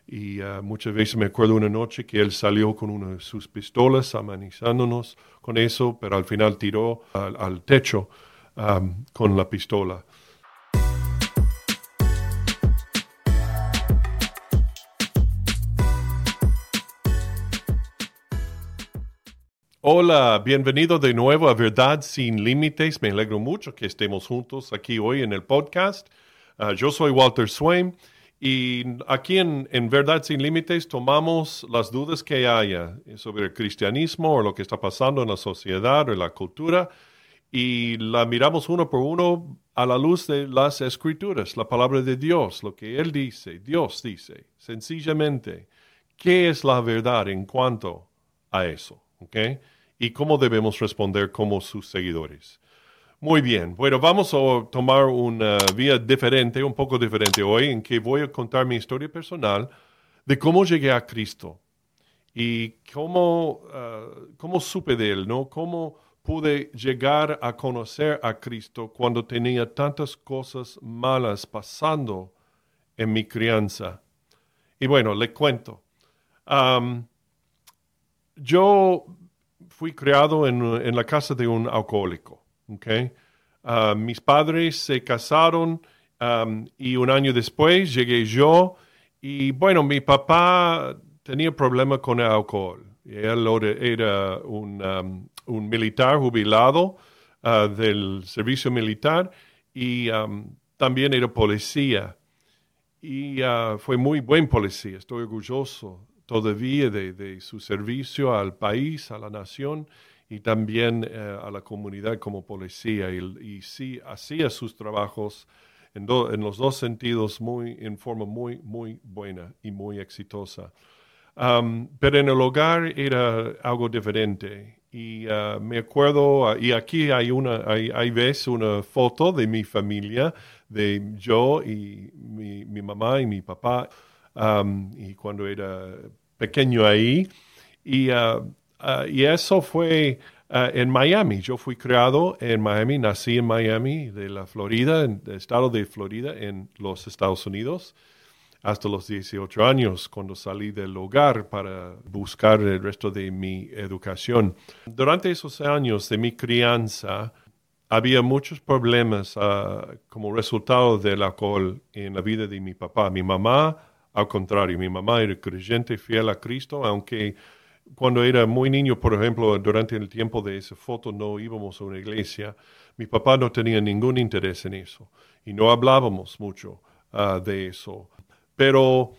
Y muchas veces me acuerdo una noche que él salió con una de sus pistolas amenazándonos con eso, pero al final tiró al techo con la pistola. Hola, bienvenido de nuevo a Verdad Sin Límites. Me alegro mucho que estemos juntos aquí hoy en el podcast. Yo soy Walter Swain y aquí en Verdad Sin Límites tomamos las dudas que haya sobre el cristianismo o lo que está pasando en la sociedad o en la cultura y la miramos uno por uno a la luz de las Escrituras, la palabra de Dios, lo que Él dice, Dios dice, sencillamente, ¿qué es la verdad en cuanto a eso? ¿Ok? Y cómo debemos responder como sus seguidores. Muy bien, bueno, vamos a tomar una vía diferente, un poco diferente hoy, en que voy a contar mi historia personal de cómo llegué a Cristo y cómo supe de Él, ¿no? Cómo pude llegar a conocer a Cristo cuando tenía tantas cosas malas pasando en mi crianza. Y bueno, le cuento. Yo fui criado en la casa de un alcohólico, ¿ok? Mis padres se casaron y un año después llegué yo y bueno, mi papá tenía problemas con el alcohol. Él era un militar jubilado del servicio militar y también era policía. Y fue muy buen policía, estoy orgulloso todavía de su servicio al país, a la nación y también a la comunidad como policía. Y sí, hacía sus trabajos en los dos sentidos en forma muy buena y muy exitosa. Pero en el hogar era algo diferente. Y me acuerdo, y aquí hay ves una foto de mi familia, de yo y mi mamá y mi papá, y cuando era pequeño ahí. Y eso fue en Miami. Yo fui criado en Miami, nací en Miami, de la Florida, del estado de Florida, en los Estados Unidos hasta los 18 años, cuando salí del hogar para buscar el resto de mi educación. Durante esos años de mi crianza, había muchos problemas como resultado del alcohol en la vida de mi papá. Mi mamá, al contrario, mi mamá era creyente, fiel a Cristo, aunque cuando era muy niño, por ejemplo, durante el tiempo de esa foto no íbamos a una iglesia. Mi papá no tenía ningún interés en eso y no hablábamos mucho de eso. Pero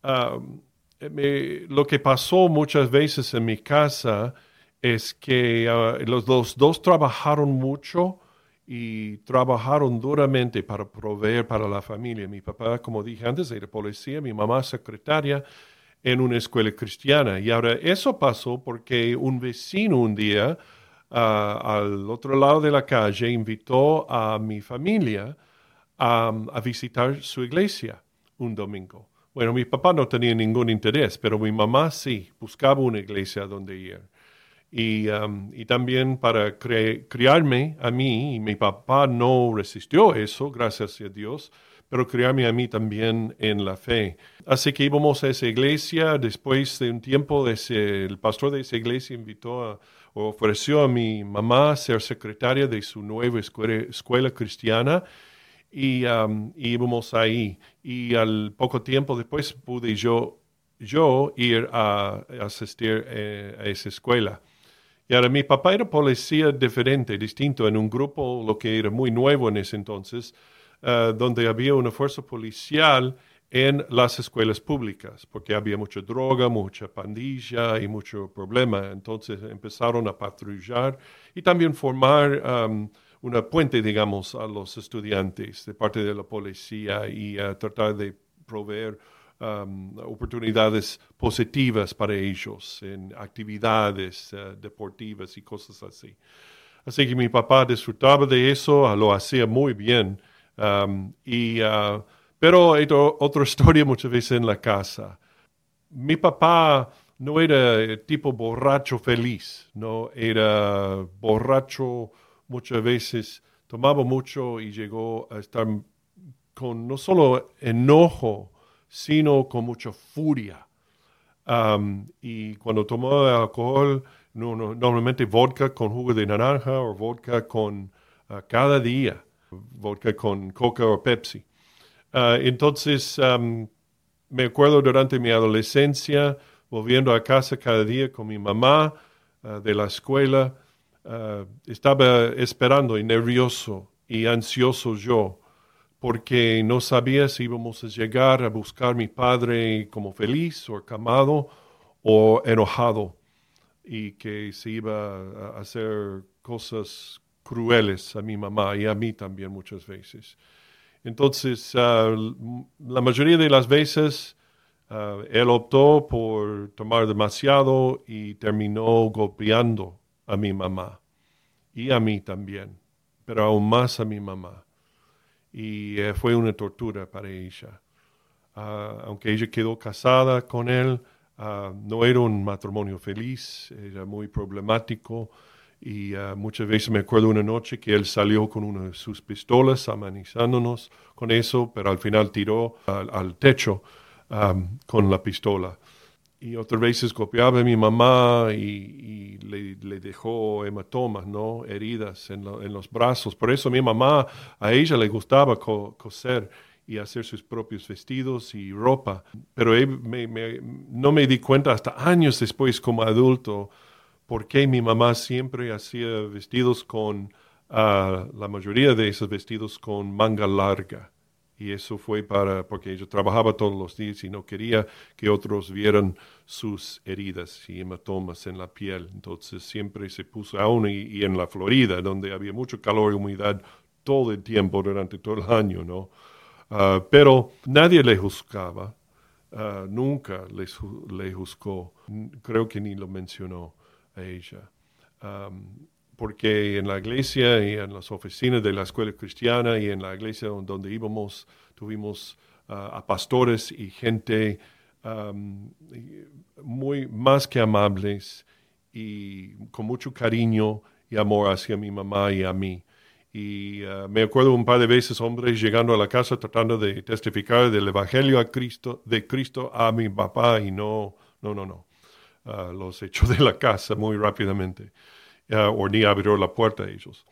lo que pasó muchas veces en mi casa es que los dos trabajaron mucho y trabajaron duramente para proveer para la familia. Mi papá, como dije antes, era policía, mi mamá secretaria en una escuela cristiana. Y ahora eso pasó porque un vecino un día al otro lado de la calle invitó a mi familia a visitar su iglesia un domingo. Bueno, mi papá no tenía ningún interés, pero mi mamá sí, buscaba una iglesia donde ir. Y también para criarme a mí, y mi papá no resistió eso, gracias a Dios, pero criarme a mí también en la fe. Así que íbamos a esa iglesia, después de un tiempo, el pastor de esa iglesia o ofreció a mi mamá ser secretaria de su nueva escuela cristiana, y íbamos ahí. Y al poco tiempo después pude yo ir a asistir a esa escuela. Y ahora mi papá era policía diferente, distinto, en un grupo, lo que era muy nuevo en ese entonces, donde había una fuerza policial en las escuelas públicas, porque había mucha droga, mucha pandilla y mucho problema. Entonces empezaron a patrullar y también formar una puente, digamos, a los estudiantes de parte de la policía y tratar de proveer oportunidades positivas para ellos en actividades deportivas y cosas así. Así que mi papá disfrutaba de eso, lo hacía muy bien. Pero hay otra historia muchas veces en la casa. Mi papá no era tipo borracho feliz, no era borracho muchas veces, tomaba mucho y llegó a estar con no solo enojo, sino con mucha furia. Y cuando tomaba alcohol, normalmente vodka con jugo de naranja o vodka con cada día, vodka con Coca o Pepsi. Entonces, me acuerdo durante mi adolescencia, volviendo a casa cada día con mi mamá de la escuela, estaba esperando y nervioso y ansioso yo, porque no sabía si íbamos a llegar a buscar a mi padre como feliz o acamado o enojado y que se iba a hacer cosas crueles a mi mamá y a mí también muchas veces. Entonces, la mayoría de las veces él optó por tomar demasiado y terminó golpeando a mi mamá y a mí también, pero aún más a mi mamá. Y fue una tortura para ella. Aunque ella quedó casada con él, no era un matrimonio feliz, era muy problemático. Y muchas veces me acuerdo una noche que él salió con una de sus pistolas amenazándonos con eso, pero al final tiró al techo con la pistola. Y otras veces golpeaba a mi mamá y le dejó hematomas, ¿no? Heridas en los brazos. Por eso mi mamá, a ella le gustaba coser y hacer sus propios vestidos y ropa. Pero no me di cuenta hasta años después como adulto por qué mi mamá siempre hacía vestidos con, la mayoría de esos vestidos con manga larga. Y eso fue porque ella trabajaba todos los días y no quería que otros vieran sus heridas y hematomas en la piel. Entonces siempre se puso aún y en la Florida, donde había mucho calor y humedad todo el tiempo durante todo el año, ¿no? Pero nadie le juzgaba, nunca le juzgó, creo que ni lo mencionó a ella. Porque en la iglesia y en las oficinas de la escuela cristiana y en la iglesia donde íbamos, tuvimos a pastores y gente muy más que amables y con mucho cariño y amor hacia mi mamá y a mí. Y me acuerdo un par de veces hombres llegando a la casa tratando de testificar del Evangelio de Cristo a mi papá y no. Los echó de la casa muy rápidamente, o ni abrió la puerta a ellos.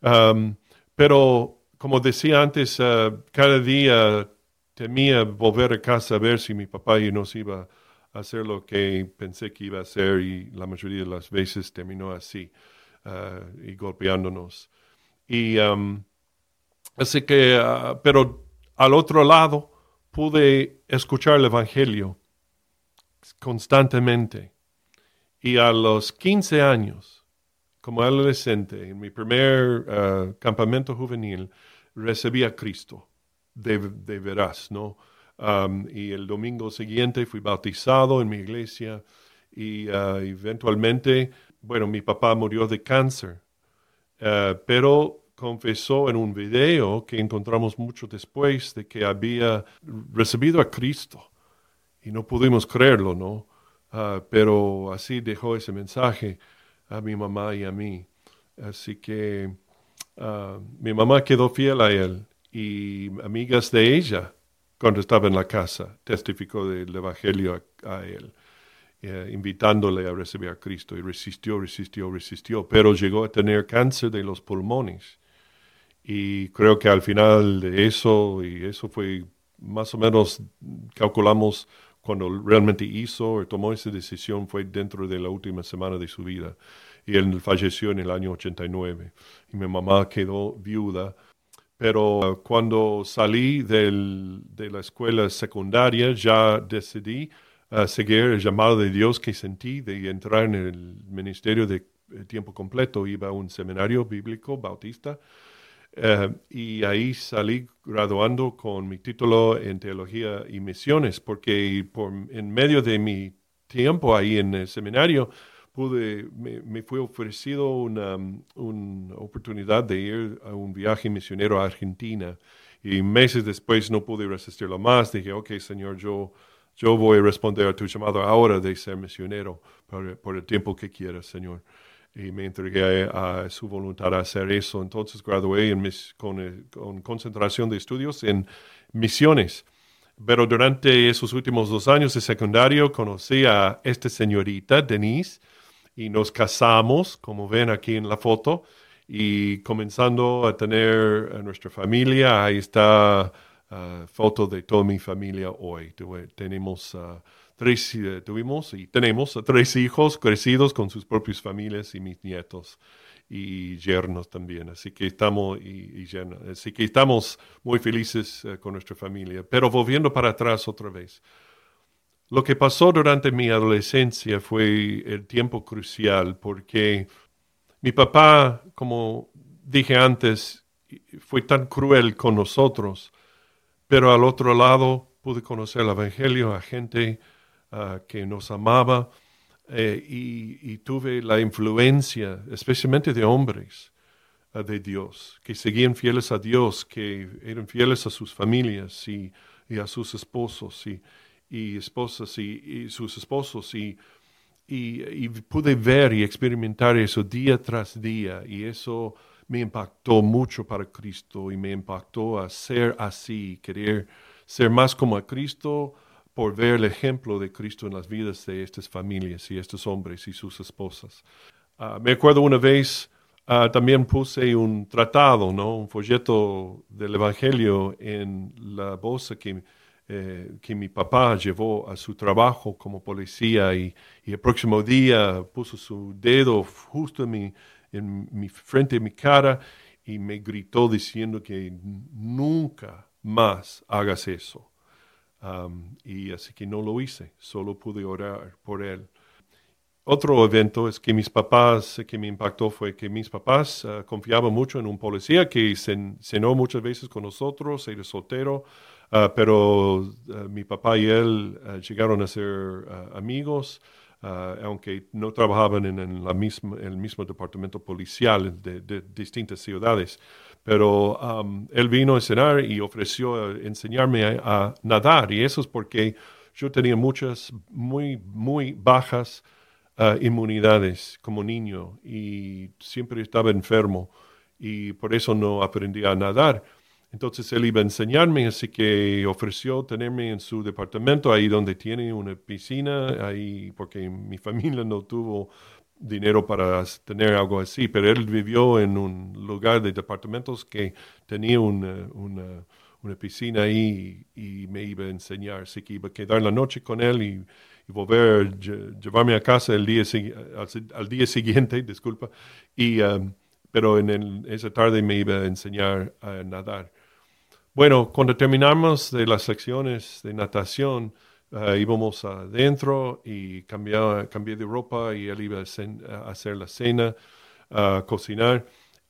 Pero, como decía antes, cada día temía volver a casa a ver si mi papá y nos iba a hacer lo que pensé que iba a hacer y la mayoría de las veces terminó así y golpeándonos. Y así que, pero al otro lado pude escuchar el Evangelio constantemente. Y a los 15 años, como adolescente, en mi primer campamento juvenil, recibí a Cristo, de veras, ¿no? Y el domingo siguiente fui bautizado en mi iglesia y eventualmente, bueno, mi papá murió de cáncer, pero confesó en un video que encontramos mucho después de que había recibido a Cristo y no pudimos creerlo, ¿no? Pero así dejó ese mensaje a mi mamá y a mí. Así que mi mamá quedó fiel a él y amigas de ella, cuando estaba en la casa, testificó del Evangelio a él, invitándole a recibir a Cristo y resistió, pero llegó a tener cáncer de los pulmones. Y creo que al final de eso, y eso fue más o menos, calculamos, cuando realmente hizo o tomó esa decisión fue dentro de la última semana de su vida. Y él falleció en el año 89. Y mi mamá quedó viuda. Pero cuando salí de la escuela secundaria, ya decidí seguir el llamado de Dios que sentí de entrar en el ministerio de tiempo completo. Iba a un seminario bíblico bautista. Y ahí salí graduando con mi título en teología y misiones, porque en medio de mi tiempo ahí en el seminario me fue ofrecido una oportunidad de ir a un viaje misionero a Argentina. Y meses después no pude resistirlo más. Dije, ok, Señor, yo voy a responder a tu llamado ahora de ser misionero por el tiempo que quieras, Señor. Y me entregué a su voluntad a hacer eso. Entonces gradué con concentración de estudios en misiones. Pero durante esos últimos 2 años de secundario conocí a esta señorita, Denise, y nos casamos, como ven aquí en la foto, y comenzando a tener a nuestra familia. Ahí está foto de toda mi familia hoy. Tenemos tuvimos y tenemos a 3 hijos crecidos con sus propias familias y mis nietos y yernos también. Así que así que estamos muy felices con nuestra familia. Pero volviendo para atrás otra vez. Lo que pasó durante mi adolescencia fue el tiempo crucial porque mi papá, como dije antes, fue tan cruel con nosotros, pero al otro lado pude conocer el Evangelio a gente que nos amaba y tuve la influencia, especialmente de hombres de Dios, que seguían fieles a Dios, que eran fieles a sus familias y a sus esposos y esposas y sus esposos y pude ver y experimentar eso día tras día y eso me impactó mucho para Cristo y me impactó a ser así, querer ser más como a Cristo por ver el ejemplo de Cristo en las vidas de estas familias y estos hombres y sus esposas. Me acuerdo una vez también puse un tratado, ¿no? Un folleto del Evangelio en la bolsa que mi papá llevó a su trabajo como policía y el próximo día puso su dedo justo en mi frente, en mi cara y me gritó diciendo que nunca más hagas eso. Y así que no lo hice, solo pude orar por él. Otro evento es que que me impactó fue que mis papás confiaban mucho en un policía que cenó muchas veces con nosotros, era soltero, pero mi papá y él llegaron a ser amigos, aunque no trabajaban en el mismo departamento policial de distintas ciudades. Pero él vino a cenar y ofreció enseñarme a nadar, y eso es porque yo tenía muchas, muy, muy bajas inmunidades como niño y siempre estaba enfermo y por eso no aprendí a nadar. Entonces él iba a enseñarme, así que ofreció tenerme en su departamento, ahí donde tiene una piscina, ahí porque mi familia no tuvo dinero para tener algo así, pero él vivió en un lugar de departamentos que tenía una piscina ahí y me iba a enseñar, así que iba a quedar la noche con él y volver, llevarme a casa al día siguiente, disculpa, pero esa tarde me iba a enseñar a nadar. Bueno, cuando terminamos de las secciones de natación, íbamos adentro y cambié de ropa y él iba a hacer la cena, a cocinar.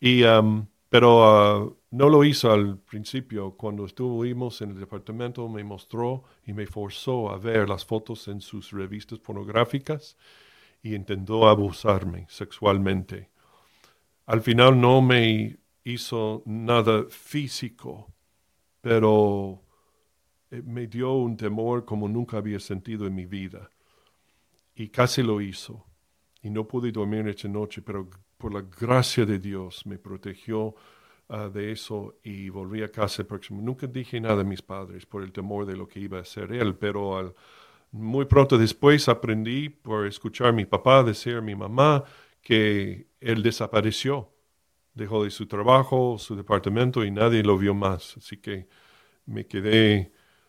Pero no lo hizo al principio. Cuando estuvimos en el departamento me mostró y me forzó a ver las fotos en sus revistas pornográficas y intentó abusarme sexualmente. Al final no me hizo nada físico, pero me dio un temor como nunca había sentido en mi vida. Y casi lo hizo. Y no pude dormir esta noche, pero por la gracia de Dios me protegió de eso y volví a casa el próximo. Nunca dije nada a mis padres por el temor de lo que iba a hacer él, pero muy pronto después aprendí por escuchar a mi papá decir a mi mamá que él desapareció. Dejó de su trabajo, su departamento y nadie lo vio más. Así que me quedé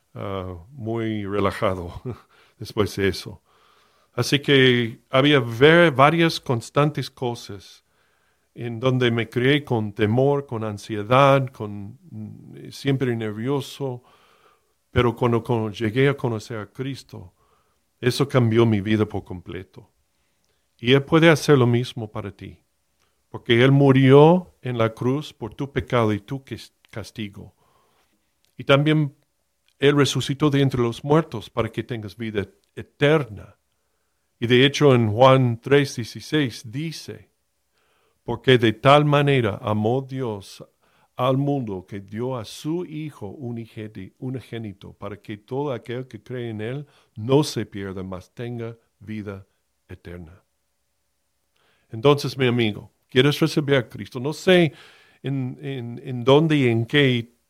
muy relajado después de eso. Así que había varias constantes cosas en donde me crié con temor, con ansiedad, siempre nervioso, pero cuando llegué a conocer a Cristo, eso cambió mi vida por completo. Y Él puede hacer lo mismo para ti, porque Él murió en la cruz por tu pecado y tu castigo. Y también Él resucitó de entre los muertos para que tengas vida eterna. Y de hecho en Juan 3:16 dice, porque de tal manera amó Dios al mundo que dio a su Hijo unigénito para que todo aquel que cree en Él no se pierda, mas tenga vida eterna. Entonces, mi amigo, ¿quieres recibir a Cristo? No sé en dónde y en qué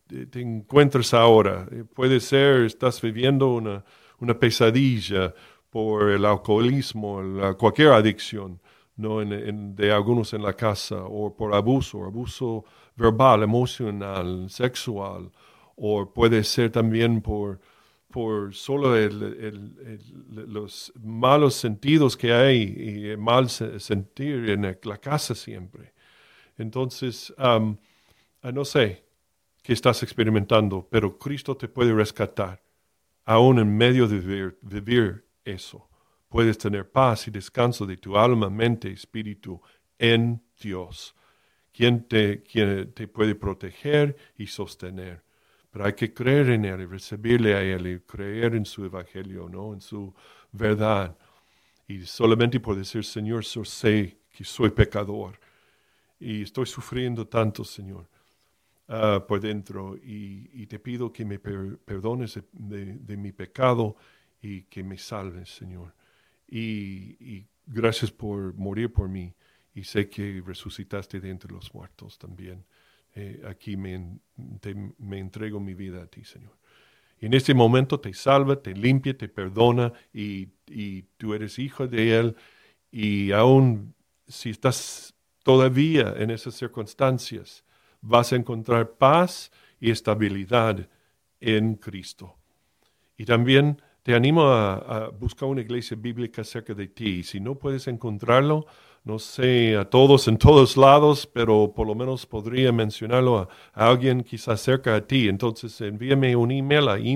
te encuentras ahora. Puede ser, estás viviendo una pesadilla por el alcoholismo, cualquier adicción, ¿no? De algunos en la casa, o por abuso verbal, emocional, sexual, o puede ser también por solo los malos sentidos que hay y el mal sentir en la casa siempre. Entonces, no sé qué estás experimentando, pero Cristo te puede rescatar. Aún en medio de vivir eso, puedes tener paz y descanso de tu alma, mente y espíritu en Dios, quien te puede proteger y sostener. Pero hay que creer en Él y recibirle a Él y creer en su evangelio, ¿no? En su verdad. Y solamente por decir, Señor, yo sé que soy pecador y estoy sufriendo tanto, Señor, por dentro. Y te pido que me perdones de mi pecado y que me salves, Señor. Y gracias por morir por mí. Y sé que resucitaste de entre los muertos también. Aquí me entrego mi vida a ti, Señor. Y en este momento te salva, te limpia, te perdona y tú eres hijo de Él. Y aún si estás todavía en esas circunstancias, vas a encontrar paz y estabilidad en Cristo. Y también te animo a buscar una iglesia bíblica cerca de ti. Y si no puedes encontrarlo, no sé, a todos en todos lados, pero por lo menos podría mencionarlo a alguien quizás cerca de ti. Entonces envíame un email a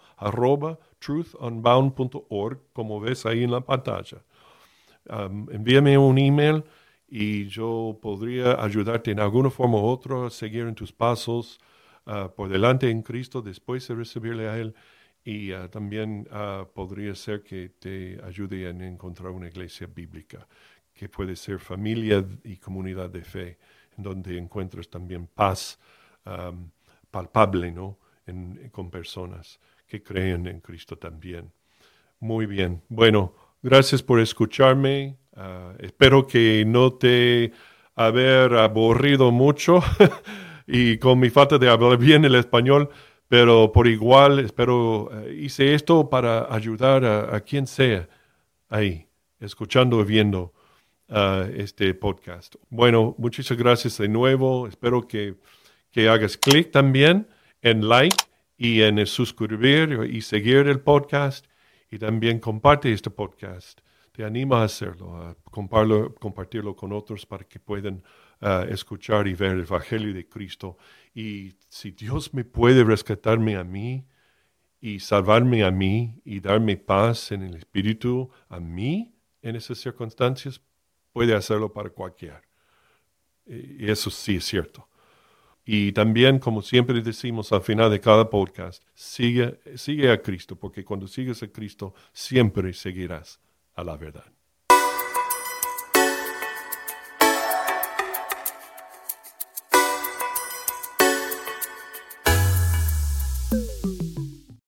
info@truthunbound.org, como ves ahí en la pantalla. Envíame un email y yo podría ayudarte en alguna forma u otra a seguir en tus pasos por delante en Cristo después de recibirle a Él. Y también podría ser que te ayude en encontrar una iglesia bíblica, que puede ser familia y comunidad de fe, en donde encuentres también paz palpable, ¿no? Con personas que creen en Cristo también. Muy bien. Bueno, gracias por escucharme. Espero que no te haber aburrido mucho y con mi falta de hablar bien el español, pero por igual espero hice esto para ayudar a quien sea ahí, escuchando y viendo este podcast. Bueno, muchas gracias de nuevo. Espero que hagas clic también en like y en el suscribir y seguir el podcast. Y también comparte este podcast. Te animo a hacerlo, a compartirlo con otros para que puedan escuchar y ver el Evangelio de Cristo. Y si Dios me puede rescatarme a mí y salvarme a mí y darme paz en el Espíritu a mí en esas circunstancias, puede hacerlo para cualquiera. Y eso sí es cierto. Y también, como siempre decimos al final de cada podcast, sigue a Cristo, porque cuando sigues a Cristo, siempre seguirás a la verdad.